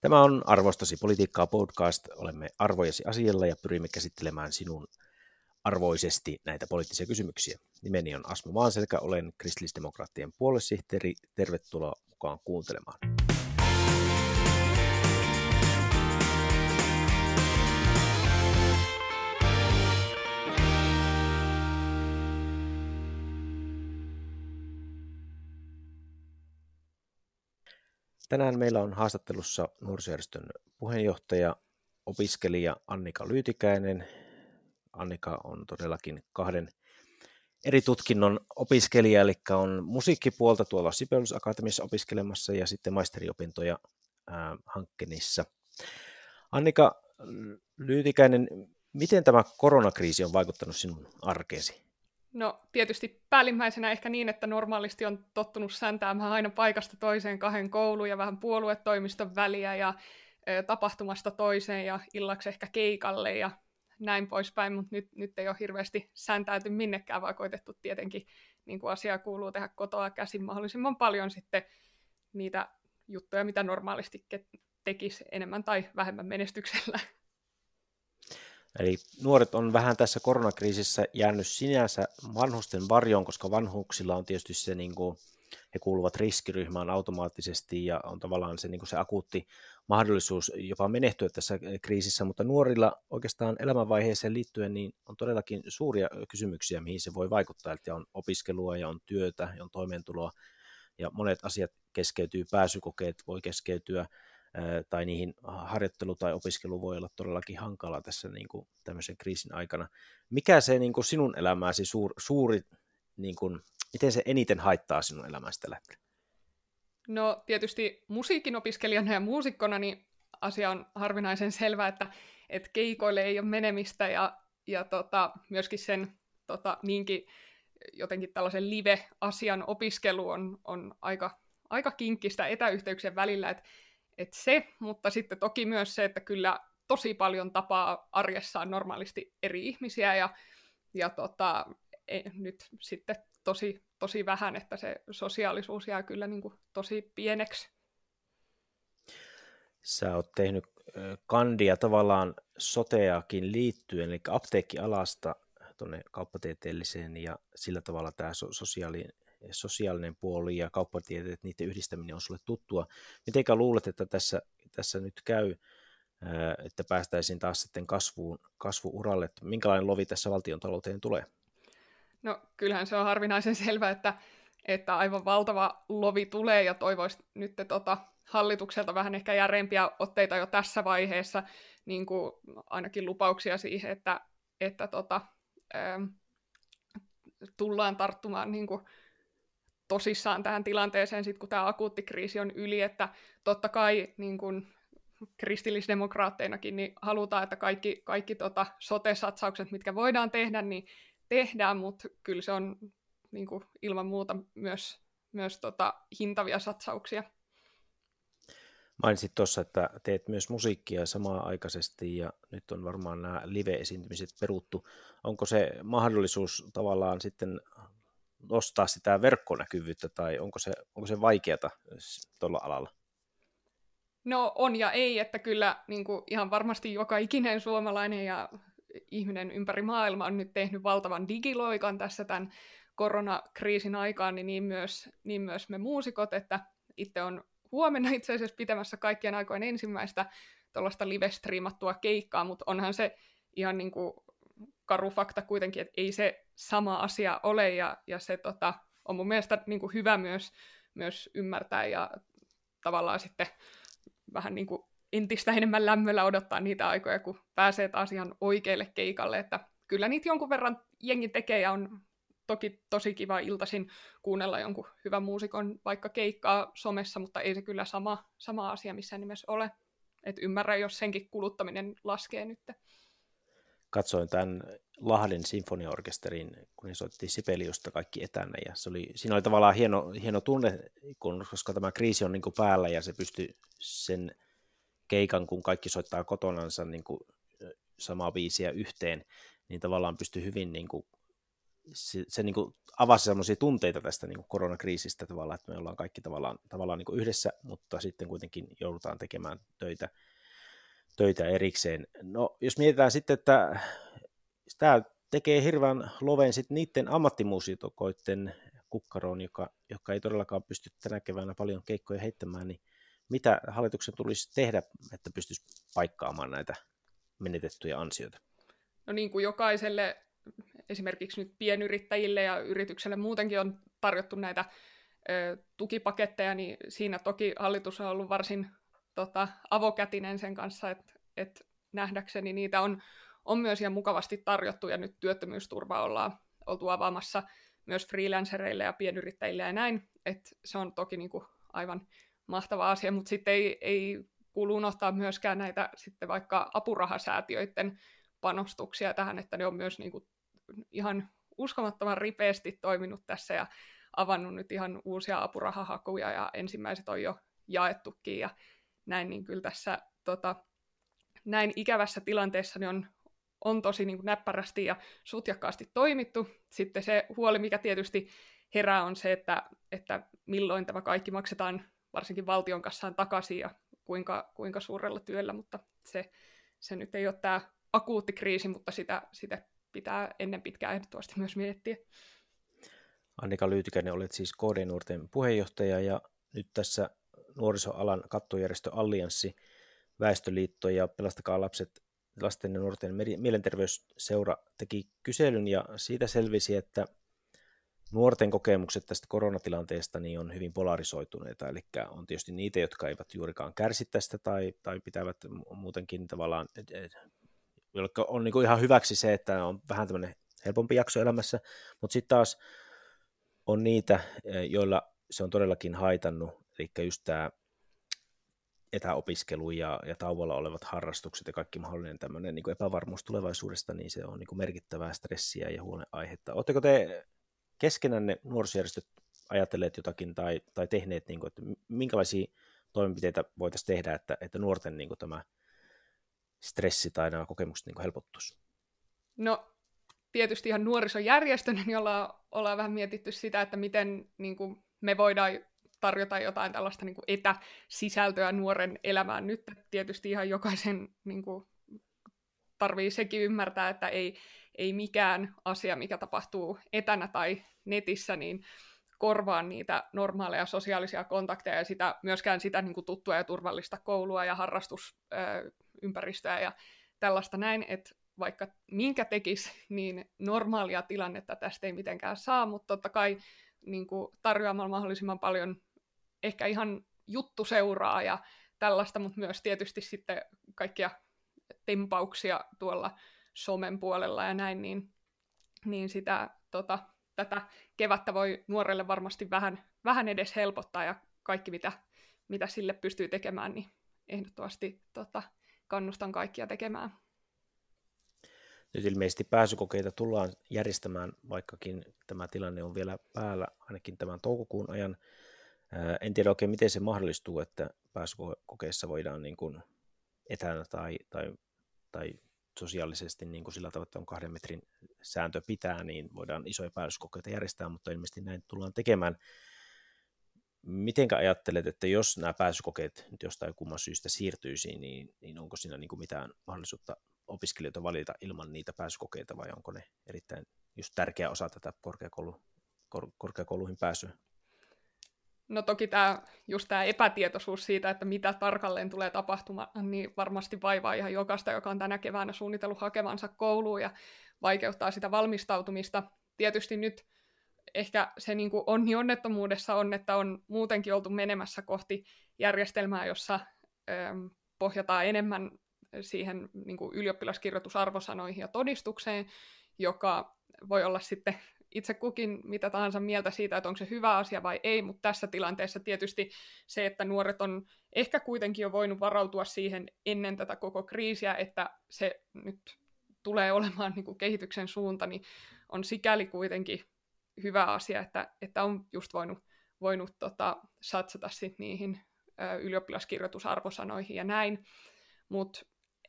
Tämä on Arvostasi politiikkaa podcast. Olemme arvojesi asialla ja pyrimme käsittelemään sinun arvoisesti näitä poliittisia kysymyksiä. Nimeni on Asmo Maanselkä, olen kristillisdemokraattien puoluesihteeri. Tervetuloa mukaan kuuntelemaan. Tänään meillä on haastattelussa nuorisojärjestön puheenjohtaja, opiskelija Annika Lyytikäinen. Annika on todellakin kahden eri tutkinnon opiskelija, eli on musiikkipuolta tuolla Sibelius Akatemiassa opiskelemassa ja sitten maisteriopintoja Hankkenissa. Annika Lyytikäinen, miten tämä koronakriisi on vaikuttanut sinun arkeesi? No tietysti päällimmäisenä ehkä niin, että normaalisti on tottunut säntäämään aina paikasta toiseen, kahden kouluun ja vähän puoluetoimiston väliä ja tapahtumasta toiseen ja illaksi ehkä keikalle ja näin poispäin, mutta nyt ei ole hirveästi sääntäyty minnekään, vaan koitettu tietenkin, niin kuin asia kuuluu, tehdä kotoa käsin mahdollisimman paljon sitten niitä juttuja, mitä normaalisti tekisi enemmän tai vähemmän menestyksellä. Eli nuoret on vähän tässä koronakriisissä jäänyt sinänsä vanhusten varjoon, koska vanhuksilla on tietysti se, niin kuin, he kuuluvat riskiryhmään automaattisesti ja on tavallaan se, niin kuin se akuutti mahdollisuus jopa menehtyä tässä kriisissä, mutta nuorilla oikeastaan elämänvaiheeseen liittyen niin on todellakin suuria kysymyksiä, mihin se voi vaikuttaa, eli on opiskelua ja on työtä ja on toimeentuloa ja monet asiat keskeytyy, pääsykokeet voi keskeytyä, tai niihin harjoittelu tai opiskelu voi olla todellakin hankalaa tässä niin kuin tämmöisen kriisin aikana. Mikä se niin kuin sinun elämääsi suuri, niin kuin, miten se eniten haittaa sinun elämästä tällä hetkellä? No tietysti musiikin opiskelijana ja muusikkona niin asia on harvinaisen selvä, että keikoille ei ole menemistä ja myöskin sen niinkin jotenkin tällaisen live-asian opiskelu on aika kinkkistä etäyhteyksien välillä, että se, mutta sitten toki myös se, että kyllä tosi paljon tapaa arjessaan normaalisti eri ihmisiä ja nyt sitten tosi vähän, että se sosiaalisuus jää kyllä niin kuin tosi pieneksi. Sä oot tehnyt kandia tavallaan soteakin liittyen, eli apteekkialasta tuonne kauppatieteelliseen ja sillä tavalla tämä sosiaalinen puoli ja kauppatieteet, niiden yhdistäminen on sulle tuttua. Mitenkä luulet, että tässä nyt käy, että päästäisiin taas sitten kasvuuralle? Minkälainen lovi tässä valtiontalouteen tulee? No kyllähän se on harvinaisen selvä, että aivan valtava lovi tulee ja toivoisi nyt hallitukselta vähän ehkä järeempiä otteita jo tässä vaiheessa, niin kuin ainakin lupauksia siihen, että tullaan tarttumaan niin kuin tosissaan tähän tilanteeseen, sit kun tämä akuutti kriisi on yli, että totta kai niin kun kristillisdemokraatteinakin niin halutaan, että kaikki sote-satsaukset, mitkä voidaan tehdä, niin tehdään, mutta kyllä se on niin kun ilman muuta myös hintavia satsauksia. Mainitsit tuossa, että teet myös musiikkia samaan aikaisesti ja nyt on varmaan nämä live-esiintymiset peruttu. Onko se mahdollisuus tavallaan sitten nostaa sitä verkkonäkyvyyttä tai onko se vaikeata tuolla alalla? No on ja ei, että kyllä niin kuin ihan varmasti joka ikinen suomalainen ja ihminen ympäri maailmaa on nyt tehnyt valtavan digiloikan tässä tämän koronakriisin aikaan, niin myös me muusikot, että itse on huomenna itse asiassa pitämässä kaikkien aikojen ensimmäistä tuollaista live-striimattua keikkaa, mutta onhan se ihan niin kuin karu fakta kuitenkin, että ei se sama asia ole, ja se on mun mielestä niin kuin hyvä myös ymmärtää, ja tavallaan sitten vähän niin kuin entistä enemmän lämmöllä odottaa niitä aikoja, kun pääsee taas ihan oikealle keikalle, että kyllä niitä jonkun verran jengi tekee, ja on toki tosi kiva iltaisin kuunnella jonkun hyvän muusikon vaikka keikkaa somessa, mutta ei se kyllä sama asia missään nimessä ole. Et ymmärrän, jos senkin kuluttaminen laskee nyt. Katsoin tämän Lahden sinfoniaorkesterin, kun he soitti Sibeliusta kaikki etänä, ja siinä oli tavallaan hieno tunne, koska tämä kriisi on niin kuin päällä, ja se pystyi sen keikan, kun kaikki soittaa kotonansa niin kuin samaa biisiä yhteen, niin tavallaan pystyi hyvin, niin kuin, se niin kuin avasi sellaisia tunteita tästä niin kuin koronakriisistä tavallaan, että me ollaan kaikki tavallaan niin kuin yhdessä, mutta sitten kuitenkin joudutaan tekemään töitä erikseen. No, jos mietitään sitten, että tämä tekee hirveän loven sitten niiden ammattimuusikoiden kukkaroon, jotka ei todellakaan pysty tänä keväänä paljon keikkoja heittämään, niin mitä hallituksen tulisi tehdä, että pystyisi paikkaamaan näitä menetettyjä ansioita? No niin kuin jokaiselle, esimerkiksi nyt pienyrittäjille ja yritykselle muutenkin on tarjottu näitä tukipaketteja, niin siinä toki hallitus on ollut varsin avokätinen sen kanssa, että nähdäkseni niitä on myös ihan mukavasti tarjottu, ja nyt työttömyysturva ollaan oltu avaamassa myös freelancereille ja pienyrittäjille ja näin, että se on toki niin kuin aivan mahtava asia, mutta sitten ei kuulu unohtaa myöskään näitä sitten vaikka apurahasäätiöiden panostuksia tähän, että ne on myös niin kuin ihan uskomattoman ripeästi toiminut tässä ja avannut nyt ihan uusia apurahahakuja, ja ensimmäiset on jo jaettukin ja näin, niin kyllä tässä näin ikävässä tilanteessa niin on tosi niin kuin näppärästi ja sutjakkaasti toimittu. Sitten se huoli, mikä tietysti herää, on se, että milloin tämä kaikki maksetaan varsinkin valtion kassaan takaisin ja kuinka suurella työllä, mutta se nyt ei ole tämä akuutti kriisi, mutta sitä pitää ennen pitkään ehdottomasti myös miettiä. Annika Lyytikäinen, olet siis KD-nuorten puheenjohtaja, ja nyt tässä nuorisoalan kattojärjestö Allianssi, Väestöliitto ja Pelastakaa lapset, lasten ja nuorten mielenterveysseura teki kyselyn, ja siitä selvisi, että nuorten kokemukset tästä koronatilanteesta niin on hyvin polarisoituneita, eli on tietysti niitä, jotka eivät juurikaan kärsi tästä tai pitävät muutenkin tavallaan, jotka on niin kuin ihan hyväksi se, että on vähän tämmöinen helpompi jakso elämässä, mutta sitten taas on niitä, joilla se on todellakin haitannut, eli just tämä etäopiskelu ja tauolla olevat harrastukset ja kaikki mahdollinen tämmöinen niin kuin epävarmuus tulevaisuudesta, niin se on niin kuin merkittävää stressiä ja huolenaihetta. Oletteko te keskenänne nuorisojärjestöt ajatelleet jotakin tai tehneet, niin kuin, että minkälaisia toimenpiteitä voitaisiin tehdä, että nuorten niin kuin tämä stressi tai nämä kokemukset niin kuin helpottuisi? No tietysti ihan nuorisojärjestönä, niin ollaan vähän mietitty sitä, että miten niin kuin me voidaan tarjota jotain tällaista niin kuin etäsisältöä nuoren elämään nyt. Tietysti ihan jokaisen niin kuin tarvii sekin ymmärtää, että ei mikään asia, mikä tapahtuu etänä tai netissä, niin korvaa niitä normaaleja sosiaalisia kontakteja ja myöskään sitä niin kuin tuttua ja turvallista koulua ja harrastusympäristöä ja tällaista näin, että vaikka minkä tekisi, niin normaalia tilannetta tästä ei mitenkään saa, mutta totta kai niin kuin tarjoamalla mahdollisimman paljon ehkä ihan juttuseuraa ja tällaista, mutta myös tietysti sitten kaikkia tempauksia tuolla somen puolella ja näin, niin sitä, tätä kevättä voi nuorelle varmasti vähän edes helpottaa, ja kaikki mitä sille pystyy tekemään, niin ehdottomasti kannustan kaikkia tekemään. Nyt ilmeisesti pääsykokeita tullaan järjestämään, vaikkakin tämä tilanne on vielä päällä ainakin tämän toukokuun ajan. En tiedä oikein, miten se mahdollistuu, että pääsykokeissa voidaan niin kuin etänä tai sosiaalisesti niin kuin sillä tavalla, että on 2 metrin sääntö pitää, niin voidaan isoja pääsykokeita järjestää, mutta ilmeisesti näin tullaan tekemään. Mitenkä ajattelet, että jos nämä pääsykokeet nyt jostain kumman syystä siirtyisi, niin onko siinä niin kuin mitään mahdollisuutta opiskelijoita valita ilman niitä pääsykokeita, vai onko ne erittäin just tärkeä osa tätä korkeakouluihin pääsyä? No toki just tämä epätietoisuus siitä, että mitä tarkalleen tulee tapahtumaan, niin varmasti vaivaa ihan jokaista, joka on tänä keväänä suunnitellut hakevansa kouluun ja vaikeuttaa sitä valmistautumista. Tietysti nyt ehkä se niin kuin onni onnettomuudessa on, että on muutenkin oltu menemässä kohti järjestelmää, jossa pohjataan enemmän siihen niin kuin ylioppilaskirjoitusarvosanoihin ja todistukseen, joka voi olla sitten itse kukin mitä tahansa mieltä siitä, että onko se hyvä asia vai ei, mutta tässä tilanteessa tietysti se, että nuoret on ehkä kuitenkin jo voinut varautua siihen ennen tätä koko kriisiä, että se nyt tulee olemaan niin kuin kehityksen suunta, niin on sikäli kuitenkin hyvä asia, että on just voinut satsata sit niihin ylioppilaskirjoitusarvosanoihin ja näin, mutta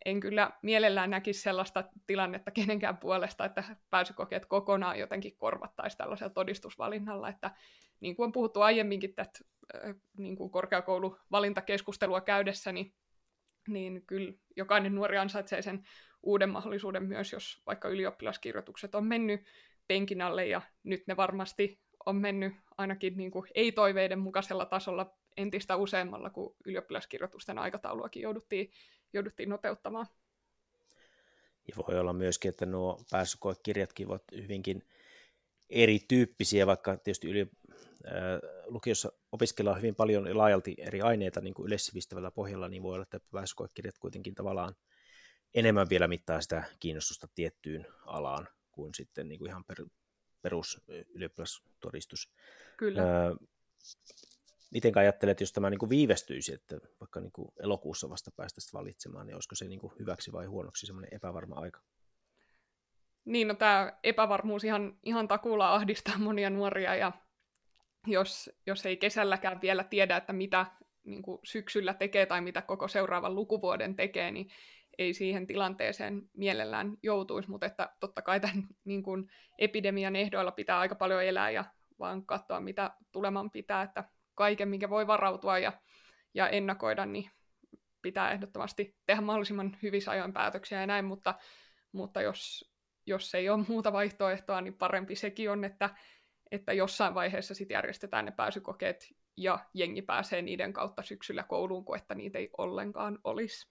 en kyllä mielellään näkisi sellaista tilannetta kenenkään puolesta, että pääsykokeet kokonaan jotenkin korvattaisiin tällaisella todistusvalinnalla, että niin kuin on puhuttu aiemminkin tätä niin kuin korkeakouluvalintakeskustelua käydessä, niin kyllä jokainen nuori ansaitsee sen uuden mahdollisuuden myös, jos vaikka ylioppilaskirjoitukset on mennyt penkin alle, ja nyt ne varmasti on mennyt ainakin niin kuin ei-toiveiden mukaisella tasolla entistä useammalla, kun ylioppilaskirjoitusten aikatauluakin jouduttiin nopeuttamaan. Ja voi olla myöskin, että nuo pääsykoekirjatkin ovat hyvinkin erityyppisiä, vaikka tietysti lukiossa opiskellaan hyvin paljon ja laajalti eri aineita niin kuin yleissivistävällä pohjalla, niin voi olla, että pääsykoekirjat kuitenkin tavallaan enemmän vielä mittaa sitä kiinnostusta tiettyyn alaan kuin sitten niin kuin ihan perus ylioppilastodistus. Kyllä. Miten ajattelet, jos tämä niin kuin viivästyisi, että vaikka niin kuin elokuussa vasta päästäisiin valitsemaan, niin olisiko se niin kuin hyväksi vai huonoksi semmoinen epävarma aika? Niin, no tämä epävarmuus ihan takuulla ahdistaa monia nuoria, ja jos ei kesälläkään vielä tiedä, että mitä niin kuin syksyllä tekee tai mitä koko seuraavan lukuvuoden tekee, niin ei siihen tilanteeseen mielellään joutuisi, mutta että totta kai tämän niin kuin epidemian ehdoilla pitää aika paljon elää ja vaan katsoa, mitä tuleman pitää, että kaiken, minkä voi varautua ja ennakoida, niin pitää ehdottomasti tehdä mahdollisimman hyvissä ajoin päätöksiä ja näin, mutta jos ei ole muuta vaihtoehtoa, niin parempi sekin on, että jossain vaiheessa sit järjestetään ne pääsykokeet ja jengi pääsee niiden kautta syksyllä kouluun, kuin että niitä ei ollenkaan olisi.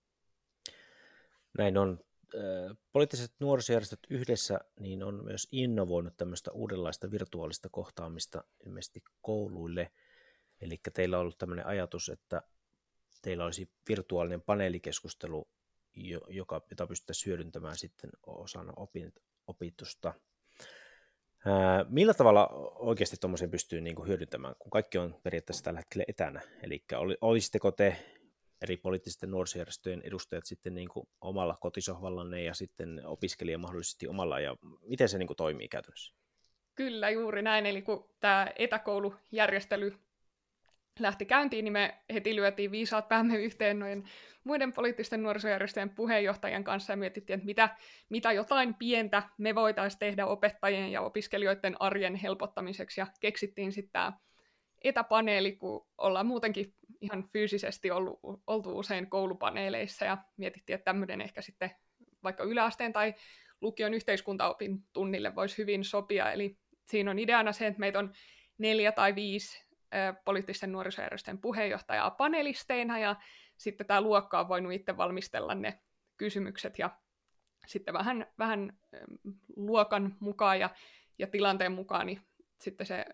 Näin on. Poliittiset nuorisojärjestöt yhdessä niin on myös innovoinut tämmöistä uudenlaista virtuaalista kohtaamista ilmeisesti kouluille. Eli teillä on ollut tämmöinen ajatus, että teillä olisi virtuaalinen paneelikeskustelu, jota pystyttäisiin hyödyntämään sitten osana opitusta. Millä tavalla oikeasti tuommoisen pystyy niin kuin hyödyntämään, kun kaikki on periaatteessa tällä hetkellä etänä? Eli olisitteko te eri poliittisten nuorisojärjestöjen edustajat sitten niin kuin omalla kotisohvallanne ja sitten opiskelija mahdollisesti omalla, ja miten se niin kuin toimii käytännössä? Kyllä, juuri näin. Eli kun tämä etäkoulujärjestely lähti käyntiin, niin me heti lyötiin viisaat päämme yhteen noin muiden poliittisten nuorisojärjestöjen puheenjohtajien kanssa ja mietittiin, että mitä jotain pientä me voitaisiin tehdä opettajien ja opiskelijoiden arjen helpottamiseksi, ja keksittiin sitten tämä etäpaneeli, kun ollaan muutenkin ihan fyysisesti oltu usein koulupaneeleissa, ja mietittiin, että tämmöinen ehkä sitten vaikka yläasteen tai lukion yhteiskuntaopin tunnille voisi hyvin sopia. Eli siinä on ideana se, että meitä on 4 tai 5 poliittisten nuorisojärjestöjen puheenjohtajaa panelisteina, ja sitten tämä luokka on voinut itse valmistella ne kysymykset, ja sitten vähän luokan mukaan ja tilanteen mukaan, niin sitten se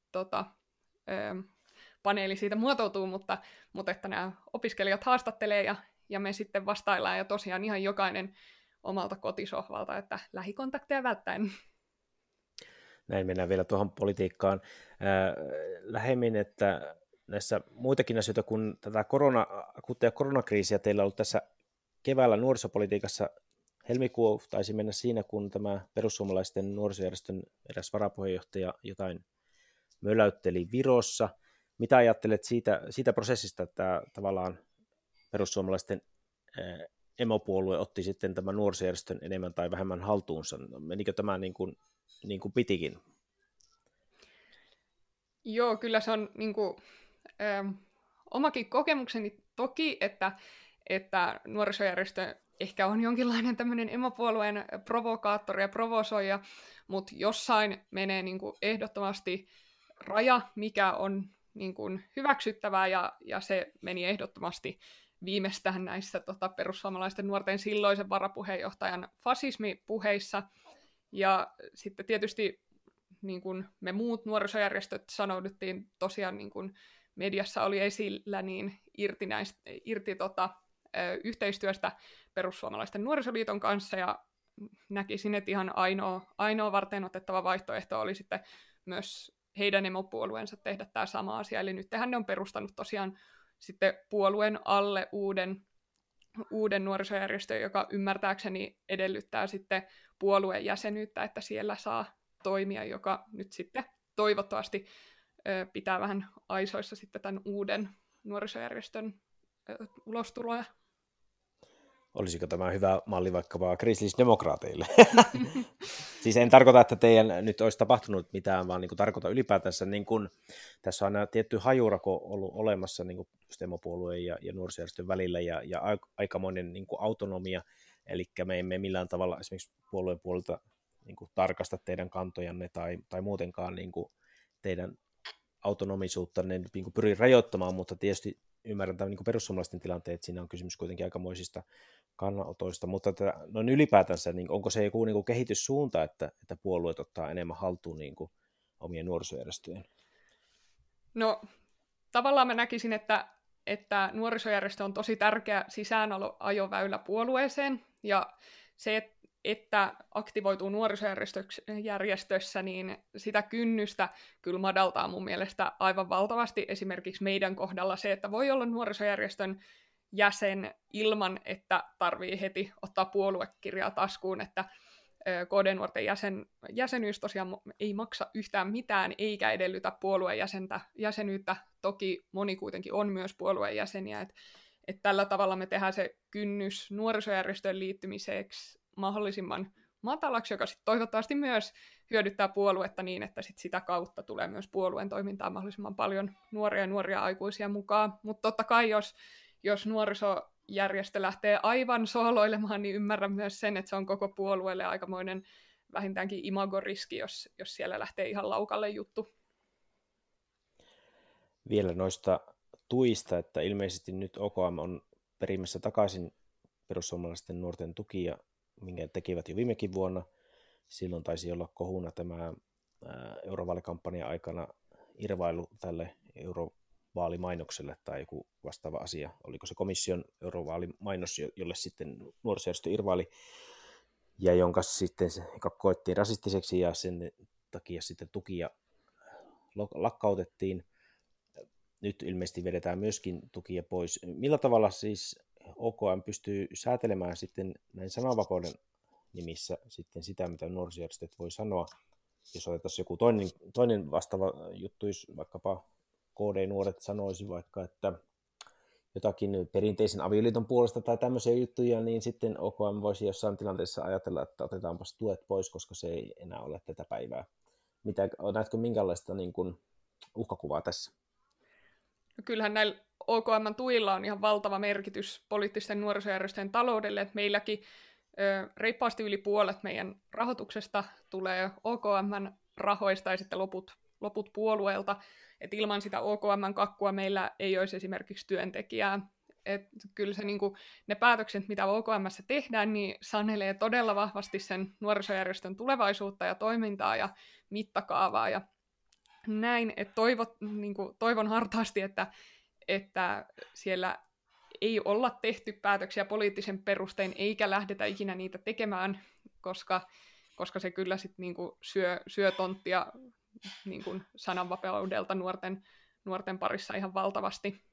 paneeli siitä muotoutuu, mutta että nämä opiskelijat haastattelee ja me sitten vastaillaan, ja tosiaan ihan jokainen omalta kotisohvalta, että lähikontakteja välttäen. Näin mennään vielä tuohon politiikkaan lähemmin, että näissä muitakin asioita kuin tätä akuuttia koronakriisiä teillä on ollut tässä keväällä nuorisopolitiikassa. Helmikuu taisi mennä siinä, kun tämä perussuomalaisten nuorisojärjestön eräs varapuheenjohtaja jotain möläytteli Virossa. Mitä ajattelet siitä prosessista, että tavallaan perussuomalaisten emopuolue otti sitten tämän nuorisojärjestön enemmän tai vähemmän haltuunsa? Menikö tämä niin kuin pitikin? Joo, kyllä se on niin kuin, omakin kokemukseni toki, että nuorisojärjestö ehkä on jonkinlainen tämmöinen emopuolueen provokaattori ja provosoija, mutta jossain menee niin kuin ehdottomasti raja, mikä on niin kuin hyväksyttävää, ja se meni ehdottomasti viimeistään näissä perussuomalaisten nuorten silloisen varapuheenjohtajan fasismipuheissa. Ja sitten tietysti niin kuin me muut nuorisojärjestöt sanouduttiin tosiaan, niin kuin mediassa oli esillä, niin irti yhteistyöstä Perussuomalaisten nuorisoliiton kanssa, ja näkisin, että ihan ainoa varten otettava vaihtoehto oli sitten myös heidän emopuolueensa tehdä tämä sama asia. Eli nyt ne on perustanut tosiaan sitten puolueen alle uuden nuorisojärjestön, joka ymmärtääkseni edellyttää sitten puolueen jäsenyyttä, että siellä saa toimia, joka nyt sitten toivottavasti pitää vähän aisoissa sitten tämän uuden nuorisojärjestön ulostuloa. Olisiko tämä hyvä malli vaikkapa kristillisdemokraateille? Siis en tarkoita, että teidän nyt olisi tapahtunut mitään, vaan niin kuin tarkoitan ylipäätänsä, niin kuin, tässä on aina tietty hajurako ollut olemassa niin kuin emopuolueen ja nuorisojärjestön välillä ja aikamoinen niin kuin autonomia, eli me emme millään tavalla esimerkiksi puolueen puolelta niin kuin tarkasta teidän kantojanne tai muutenkaan niin kuin teidän autonomisuutta ne niin kuin pyri rajoittamaan, mutta tietysti ymmärrän tämän niin perussuomalaisten tilanteen, että siinä on kysymys kuitenkin aikamoisista kannanotoista, mutta noin ylipäätänsä, niin onko se joku niin kuin kehityssuunta, että puolueet ottaa enemmän haltuun niin kuin omien nuorisojärjestöjen? No tavallaan mä näkisin, että nuorisojärjestö on tosi tärkeä sisäänajoväylä puolueeseen, ja se, että aktivoituu nuorisojärjestössä, niin sitä kynnystä kyllä madaltaa mun mielestä aivan valtavasti. Esimerkiksi meidän kohdalla se, että voi olla nuorisojärjestön jäsen ilman, että tarvii heti ottaa puoluekirjaa taskuun, että KD-nuorten jäsenyys tosiaan ei maksa yhtään mitään, eikä edellytä puolueen jäsenyyttä. Toki moni kuitenkin on myös puolueen jäseniä, että tällä tavalla me tehdään se kynnys nuorisojärjestöön liittymiseksi mahdollisimman matalaksi, joka sitten toivottavasti myös hyödyttää puoluetta niin, että sitä kautta tulee myös puolueen toimintaan mahdollisimman paljon nuoria aikuisia mukaan. Mutta totta kai, jos nuorisojärjestö lähtee aivan sooloilemaan, niin ymmärrän myös sen, että se on koko puolueelle aikamoinen vähintäänkin imagoriski, jos siellä lähtee ihan laukalle juttu. Vielä noista tuista, että ilmeisesti nyt OKM on perimässä takaisin perussuomalaisten nuorten tukia, minkä tekivät jo viimekin vuonna. Silloin taisi olla kohuna tämä eurovaalikampanjan aikana irvailu tälle eurovaalimainokselle tai joku vastaava asia. Oliko se komission eurovaalimainos, jolle sitten nuorisojärjestö irvaili ja jonka sitten koettiin rasistiseksi ja sen takia sitten tukia lakkautettiin. Nyt ilmeisesti vedetään myöskin tukia pois. Millä tavalla siis OKM pystyy säätelemään sitten näin sananvapauden nimissä sitten sitä, mitä nuorisojärjestöt voi sanoa? Jos otetaan joku toinen vastaava juttu, jos vaikkapa KD-nuoret sanoisi vaikka, että jotakin perinteisen avioliiton puolesta tai tämmöisiä juttuja, niin sitten OKM voisi jossain tilanteessa ajatella, että otetaanpas tuet pois, koska se ei enää ole tätä päivää. Näetkö minkälaista niin kuin uhkakuvaa tässä? Kyllähän näillä OKM-tuilla on ihan valtava merkitys poliittisten nuorisojärjestöjen taloudelle, että meilläkin reippaasti yli puolet meidän rahoituksesta tulee OKM-rahoista ja sitten loput puolueelta, että ilman sitä OKM-kakkua meillä ei olisi esimerkiksi työntekijää. Et kyllä se, ne päätökset, mitä OKM:ssä tehdään, niin sanelee todella vahvasti sen nuorisojärjestön tulevaisuutta ja toimintaa ja mittakaavaa ja näin, että toivon hartaasti, että siellä ei olla tehty päätöksiä poliittisen perustein, eikä lähdetä ikinä niitä tekemään, koska se kyllä sitten syö tonttia sananvapaudelta nuorten parissa ihan valtavasti.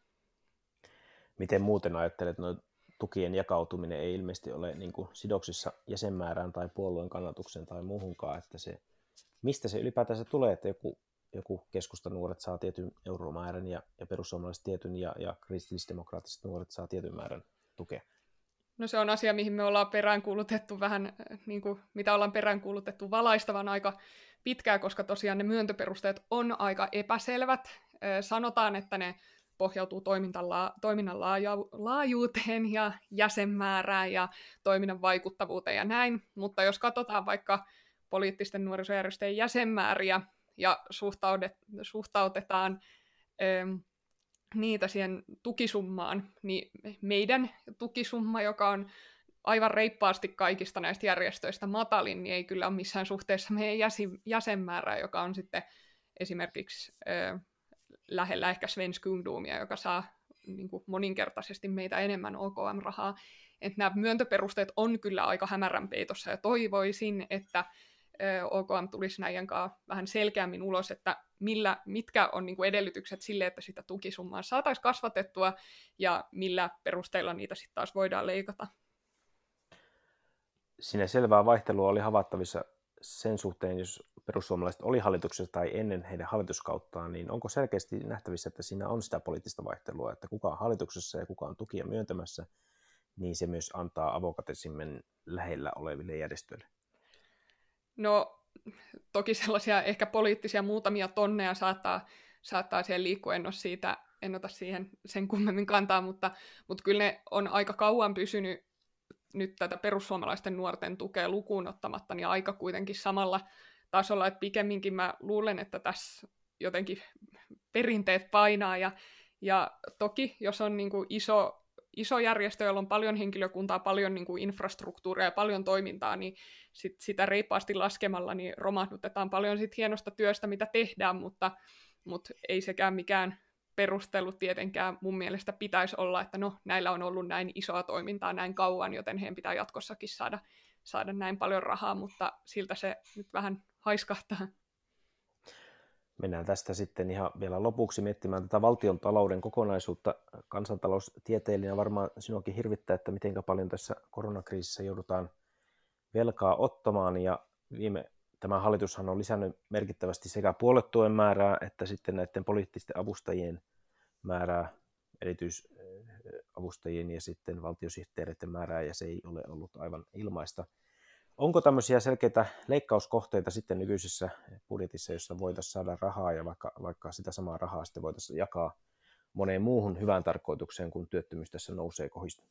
Miten muuten ajattelet, että tukien jakautuminen ei ilmeisesti ole sidoksissa jäsenmäärään tai puolueen kannatukseen tai muuhunkaan, että mistä se ylipäätään tulee, että joku keskustanuoret saa tietyn euromäärän ja perussuomalaiset tietyn ja kristillisdemokraattiset nuoret saa tietyn määrän tukea? No se on asia, mihin me ollaan peräänkuulutettu vähän, mitä ollaan peräänkuulutettu valaistavan aika pitkään, koska tosiaan ne myöntöperusteet on aika epäselvät. Sanotaan, että ne pohjautuu toiminnan laajuuteen ja jäsenmäärään ja toiminnan vaikuttavuuteen ja näin, mutta jos katsotaan vaikka poliittisten nuorisojärjestöjen jäsenmääriä ja suhtautetaan niitä siihen tukisummaan, niin meidän tukisumma, joka on aivan reippaasti kaikista näistä järjestöistä matalin, niin ei kyllä ole missään suhteessa meidän jäsenmäärää, joka on sitten esimerkiksi lähellä ehkä Svensk Ungdomia, joka saa moninkertaisesti meitä enemmän OKM-rahaa. Että nämä myöntöperusteet on kyllä aika hämärän peitossa ja toivoisin, että OKM tulisi näiden kanssa vähän selkeämmin ulos, että mitkä on edellytykset sille, että sitä tukisummaa saataisiin kasvatettua ja millä perusteilla niitä sitten taas voidaan leikata. Siinä selvää vaihtelua oli havaittavissa sen suhteen, jos perussuomalaiset oli hallituksessa tai ennen heidän hallituskauttaan, niin onko selkeästi nähtävissä, että siinä on sitä poliittista vaihtelua, että kuka on hallituksessa ja kuka on tukia myöntämässä, niin se myös antaa avokätisimmin lähellä oleville järjestöille? No toki sellaisia ehkä poliittisia muutamia tonneja saattaa siellä liikkua, en ota siihen sen kummemmin kantaa, mutta kyllä ne on aika kauan pysynyt nyt tätä perussuomalaisten nuorten tukea lukuun ottamatta, niin aika kuitenkin samalla tasolla, että pikemminkin mä luulen, että tässä jotenkin perinteet painaa, ja toki jos on niin kuin iso järjestö, jolla on paljon henkilökuntaa, paljon niin kuin infrastruktuuria ja paljon toimintaa, niin sitä reippaasti laskemalla niin romahdutetaan paljon sit hienosta työstä, mitä tehdään, mutta ei sekään mikään perustelu tietenkään mun mielestä pitäisi olla, että no, näillä on ollut näin isoa toimintaa näin kauan, joten heidän pitää jatkossakin saada näin paljon rahaa, mutta siltä se nyt vähän haiskahtaa. Mennään tästä sitten ihan vielä lopuksi miettimään tätä valtion talouden kokonaisuutta. Kansantaloustieteilijänä varmaan sinuakin hirvittää, että miten paljon tässä koronakriisissä joudutaan velkaa ottamaan, ja tämä hallitushan on lisännyt merkittävästi sekä puoluetuen määrää että sitten näiden poliittisten avustajien määrää, erityisavustajien ja sitten valtiosihteereiden määrää, ja se ei ole ollut aivan ilmaista. Onko tämmöisiä selkeitä leikkauskohteita sitten nykyisessä budjetissa, jossa voitaisiin saada rahaa ja vaikka sitä samaa rahaa sitten voitaisiin jakaa moneen muuhun hyvään tarkoitukseen, kun työttömyys tässä nousee kohdistuu?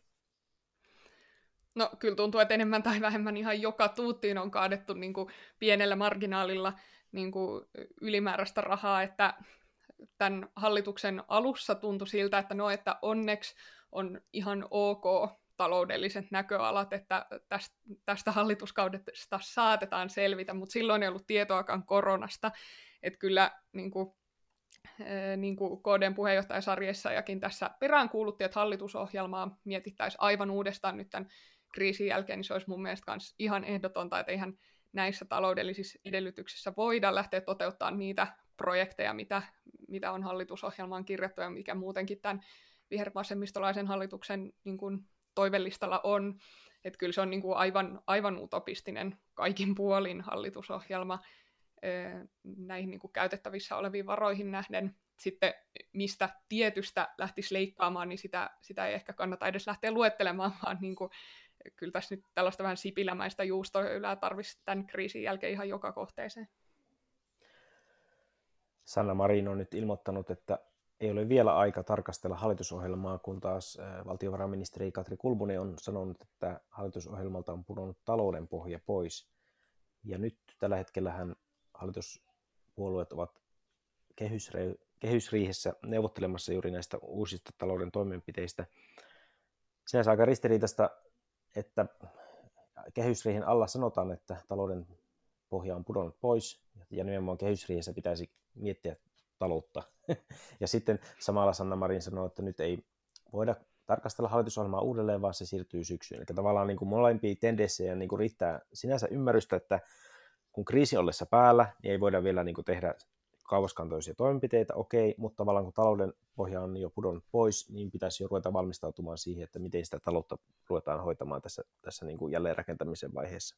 No kyllä tuntuu, että enemmän tai vähemmän ihan joka tuuttiin on kaadettu niin kuin pienellä marginaalilla niin kuin ylimääräistä rahaa, että tämän hallituksen alussa tuntui siltä, että onneksi on ihan ok taloudelliset näköalat, että tästä hallituskaudesta saatetaan selvitä, mutta silloin ei ollut tietoakaan koronasta, että kyllä niin kuin KD:n puheenjohtajasarjessakin tässä peräänkuulutti, että hallitusohjelmaa mietittäisiin aivan uudestaan nyt tämän kriisin jälkeen, niin se olisi mun mielestä myös ihan ehdotonta, että eihän näissä taloudellisissa edellytyksissä voida lähteä toteuttamaan niitä projekteja, mitä on hallitusohjelmaan kirjattu ja mikä muutenkin tämän vihervasemmistolaisen hallituksen niin kuin toivellistalla on. Että kyllä se on niin kuin aivan utopistinen kaikin puolin hallitusohjelma näihin niin kuin käytettävissä oleviin varoihin nähden. Sitten mistä tietystä lähtisi leikkaamaan, niin sitä ei ehkä kannata edes lähteä luettelemaan, vaan niin kuin, kyllä tässä nyt tällaista vähän sipilämäistä juustohöylää tarvitsisi tämän kriisin jälkeen ihan joka kohteeseen. Sanna Marin on nyt ilmoittanut, että ei ole vielä aika tarkastella hallitusohjelmaa, kun taas valtiovarainministeri Katri Kulmunen on sanonut, että hallitusohjelmalta on pudonnut talouden pohja pois. Ja nyt tällä hetkellähän hallituspuolueet ovat kehysriihessä neuvottelemassa juuri näistä uusista talouden toimenpiteistä. Sinänsä aika ristiriitaista, että kehysriihen alla sanotaan, että talouden pohja on pudonnut pois, ja nimenomaan kehysriihessä pitäisi miettiä taloutta. Ja sitten samalla Sanna Marin sanoi, että nyt ei voida tarkastella hallitusohjelmaa uudelleen, vaan se siirtyy syksyyn. Eli tavallaan niin kuin molempia tendenssejä niin kuin riittää sinänsä ymmärrystä, että kun kriisi ollessa päällä, niin ei voida vielä niin kuin tehdä kauaskantoisia toimenpiteitä, okei, mutta tavallaan kun talouden pohja on jo pudonnut pois, niin pitäisi jo ruveta valmistautumaan siihen, että miten sitä taloutta ruvetaan hoitamaan tässä niin kuin jälleenrakentamisen vaiheessa.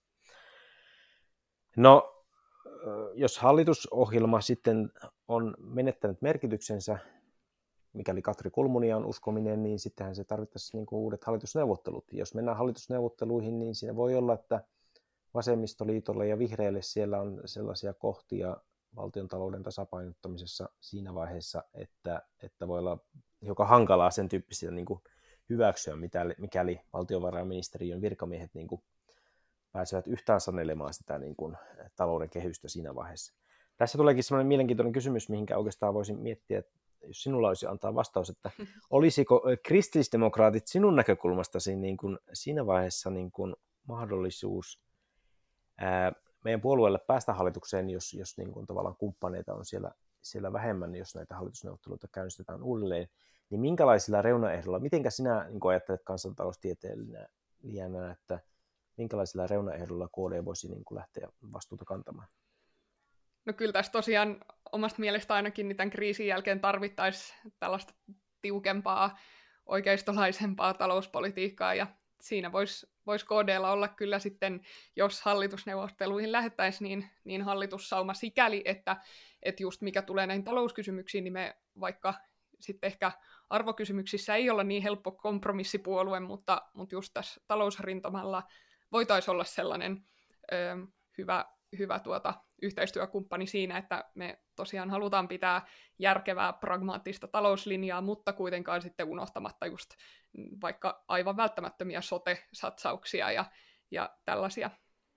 No, jos hallitusohjelma sitten on menettänyt merkityksensä, mikäli Katri Kulmunia on uskominen, niin sittenhän se tarvittaisiin niin kuin uudet hallitusneuvottelut. Jos mennään hallitusneuvotteluihin, niin siinä voi olla, että vasemmistoliitolle ja vihreille siellä on sellaisia kohtia valtiontalouden tasapainottamisessa siinä vaiheessa, että voi olla hiukan hankalaa sen tyyppisiä niin kuin hyväksyä, mikäli valtiovarainministeriön virkamiehet niin kuin pääsevät yhtään sanelemaan sitä niin kuin talouden kehystä siinä vaiheessa. Tässä tuleekin sellainen mielenkiintoinen kysymys, mihinkä oikeastaan voisin miettiä, että jos sinulla olisi antaa vastaus, että olisiko kristillisdemokraatit sinun näkökulmastasi niin kuin siinä vaiheessa niin kuin mahdollisuus meidän puolueelle päästä hallitukseen, jos niin kuin tavallaan kumppaneita on siellä vähemmän, jos näitä hallitusneuvotteluita käynnistetään uudelleen, niin minkälaisilla reunaehdoilla, mitenkä sinä niin kuin ajattelet kansantaloustieteilijänä, että minkälaisilla reunaehdoilla KD voisi niin kuin lähteä vastuuta kantamaan? No kyllä tässä tosiaan omasta mielestä ainakin niin tämän kriisin jälkeen tarvittaisiin tällaista tiukempaa, oikeistolaisempaa talouspolitiikkaa, ja siinä voisi KD:lla olla kyllä sitten, jos hallitusneuvotteluihin lähettäisiin, niin hallitussauma sikäli, että just mikä tulee näihin talouskysymyksiin, niin me vaikka sitten ehkä arvokysymyksissä ei olla niin helppo kompromissipuolue, mutta just tässä talousrintamalla voitaisiin olla sellainen hyvä yhteistyökumppani siinä, että me tosiaan halutaan pitää järkevää, pragmaattista talouslinjaa, mutta kuitenkaan sitten unohtamatta just vaikka aivan välttämättömiä sote-satsauksia ja tällaisia.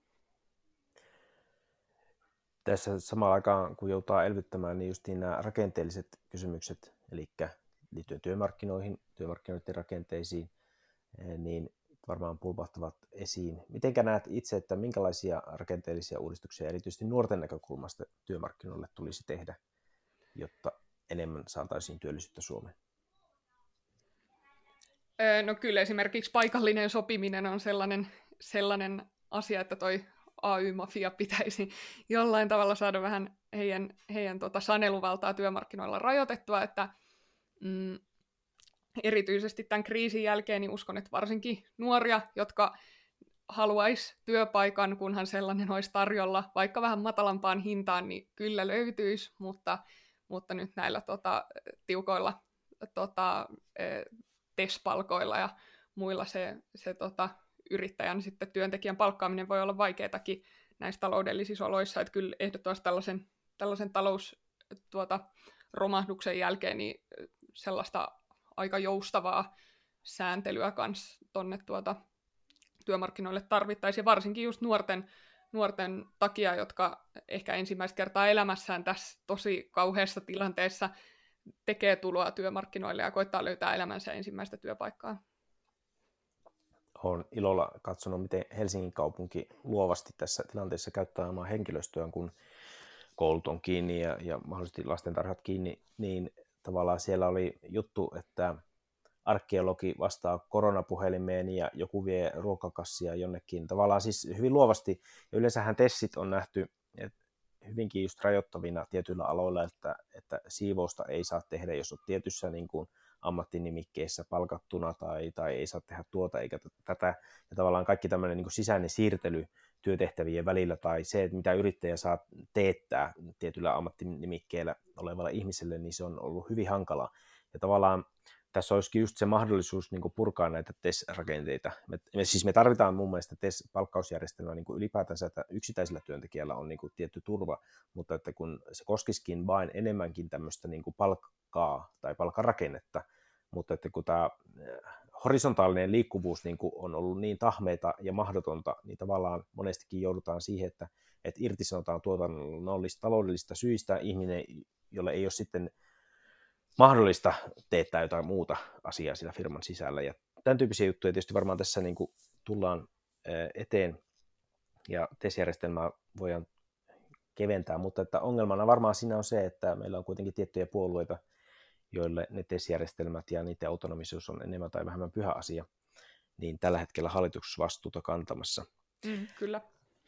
Tässä samalla aikaan, kun joutaa elvyttämään, niin just nämä rakenteelliset kysymykset, eli liittyen työmarkkinoihin, työmarkkinoiden rakenteisiin, niin varmaan pulpahtavat esiin. Mitenkä näet itse, että minkälaisia rakenteellisia uudistuksia erityisesti nuorten näkökulmasta työmarkkinoille tulisi tehdä, jotta enemmän saataisiin työllisyyttä Suomeen? No kyllä esimerkiksi paikallinen sopiminen on sellainen asia, että toi AY-mafia pitäisi jollain tavalla saada vähän heidän saneluvaltaa työmarkkinoilla rajoitettua, että erityisesti tämän kriisin jälkeen niin uskon, että varsinkin nuoria, jotka haluaisi työpaikan, kunhan sellainen olisi tarjolla, vaikka vähän matalampaan hintaan, niin kyllä löytyisi, mutta nyt näillä tiukoilla TES-palkoilla ja muilla se yrittäjän sitten työntekijän palkkaaminen voi olla vaikeatakin näissä taloudellisissa oloissa, että kyllä ehdottomasti tällaisen talousromahduksen jälkeen niin sellaista aika joustavaa sääntelyä kanssa tuonne työmarkkinoille tarvittaisiin, ja varsinkin just nuorten takia, jotka ehkä ensimmäistä kertaa elämässään tässä tosi kauheassa tilanteessa tekee tuloa työmarkkinoille ja koittaa löytää elämänsä ensimmäistä työpaikkaa. Olen ilolla katsonut, miten Helsingin kaupunki luovasti tässä tilanteessa käyttää omaa henkilöstöään, kun koulut on kiinni ja mahdollisesti lastentarhat kiinni, niin tavallaan siellä oli juttu, että arkeologi vastaa koronapuhelimeen ja joku vie ruokakassia jonnekin. Tavallaan siis hyvin luovasti. Ja yleensähän tessit on nähty hyvinkin just rajoittavina tietyillä aloilla, että siivousta ei saa tehdä, jos on tietyssä niin kuin ammattinimikkeessä palkattuna tai ei saa tehdä tuota eikä tätä. Ja tavallaan kaikki tämmöinen niin kuin sisäinen siirtely työtehtävien välillä tai se, että mitä yrittäjä saa teettää tietyllä ammattinimikkeellä olevalle ihmiselle, niin se on ollut hyvin hankalaa. Ja tavallaan tässä olisikin just se mahdollisuus niin kuin purkaa näitä TES-rakenteita. Me tarvitaan mun mielestä TES-palkkausjärjestelmää niin kuin ylipäätänsä, että yksittäisellä työntekijällä on niin kuin tietty turva, mutta että kun se koskisikin vain enemmänkin tämmöistä niin kuin palkkaa tai palkkarakennetta, mutta että kun tämä horisontaalinen liikkuvuus niin kuin on ollut niin tahmeita ja mahdotonta, niin tavallaan monestikin joudutaan siihen, että irtisanotaan tuotannollisista taloudellisista syistä ihminen, jolle ei ole sitten mahdollista teettää jotain muuta asiaa siellä firman sisällä. Ja tämän tyyppisiä juttuja tietysti varmaan tässä niin kuin tullaan eteen ja TES-järjestelmää voidaan keventää, mutta että ongelmana varmaan siinä on se, että meillä on kuitenkin tiettyjä puolueita, joille ne TES-järjestelmät ja niiden autonomisuus on enemmän tai vähemmän pyhä asia, niin tällä hetkellä hallitusvastuuta kantamassa. Kyllä.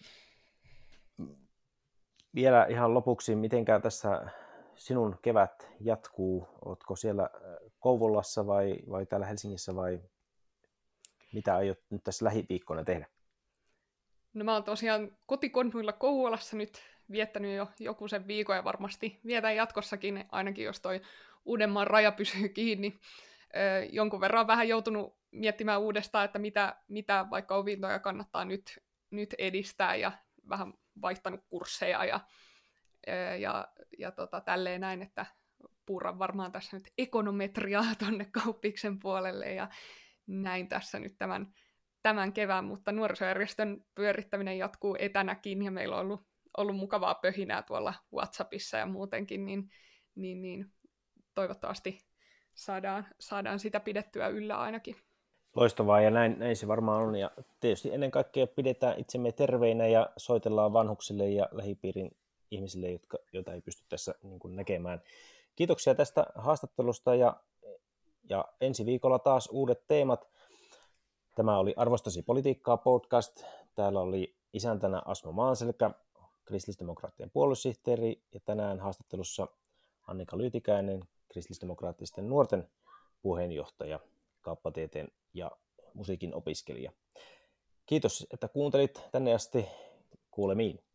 Vielä ihan lopuksi, mitenkä tässä sinun kevät jatkuu? Oletko siellä Kouvolassa vai täällä Helsingissä vai mitä aiot nyt tässä lähiviikkoina tehdä? No mä oon tosiaan kotikonnuilla Kouvolassa nyt viettänyt jo joku sen viikon ja varmasti vietän jatkossakin, ainakin jos toi Uudenmaan raja pysyy kiinni. Jonkun verran vähän joutunut miettimään uudestaan, että mitä vaikka opintoja kannattaa nyt edistää ja vähän vaihtanut kursseja ja tälleen näin, että puuran varmaan tässä nyt ekonometriaa tonne kauppiksen puolelle ja näin tässä nyt tämän kevään, mutta nuorisojärjestön pyörittäminen jatkuu etänäkin ja meillä on ollut mukavaa pöhinää tuolla WhatsAppissa ja muutenkin, niin toivottavasti saadaan sitä pidettyä yllä ainakin. Loistavaa ja näin se varmaan on ja tietysti ennen kaikkea pidetään itsemme terveinä ja soitellaan vanhuksille ja lähipiirin ihmisille, joita ei pysty tässä niin kuin näkemään. Kiitoksia tästä haastattelusta ja ensi viikolla taas uudet teemat. Tämä oli Arvostasi politiikkaa podcast. Täällä oli isäntänä Asmo Maanselkä, kristillisdemokraattien puoluesihteeri ja tänään haastattelussa Annika Lyytikäinen, kristillisdemokraattisten nuorten puheenjohtaja, kauppatieteen ja musiikin opiskelija. Kiitos, että kuuntelit tänne asti. Kuulemiin.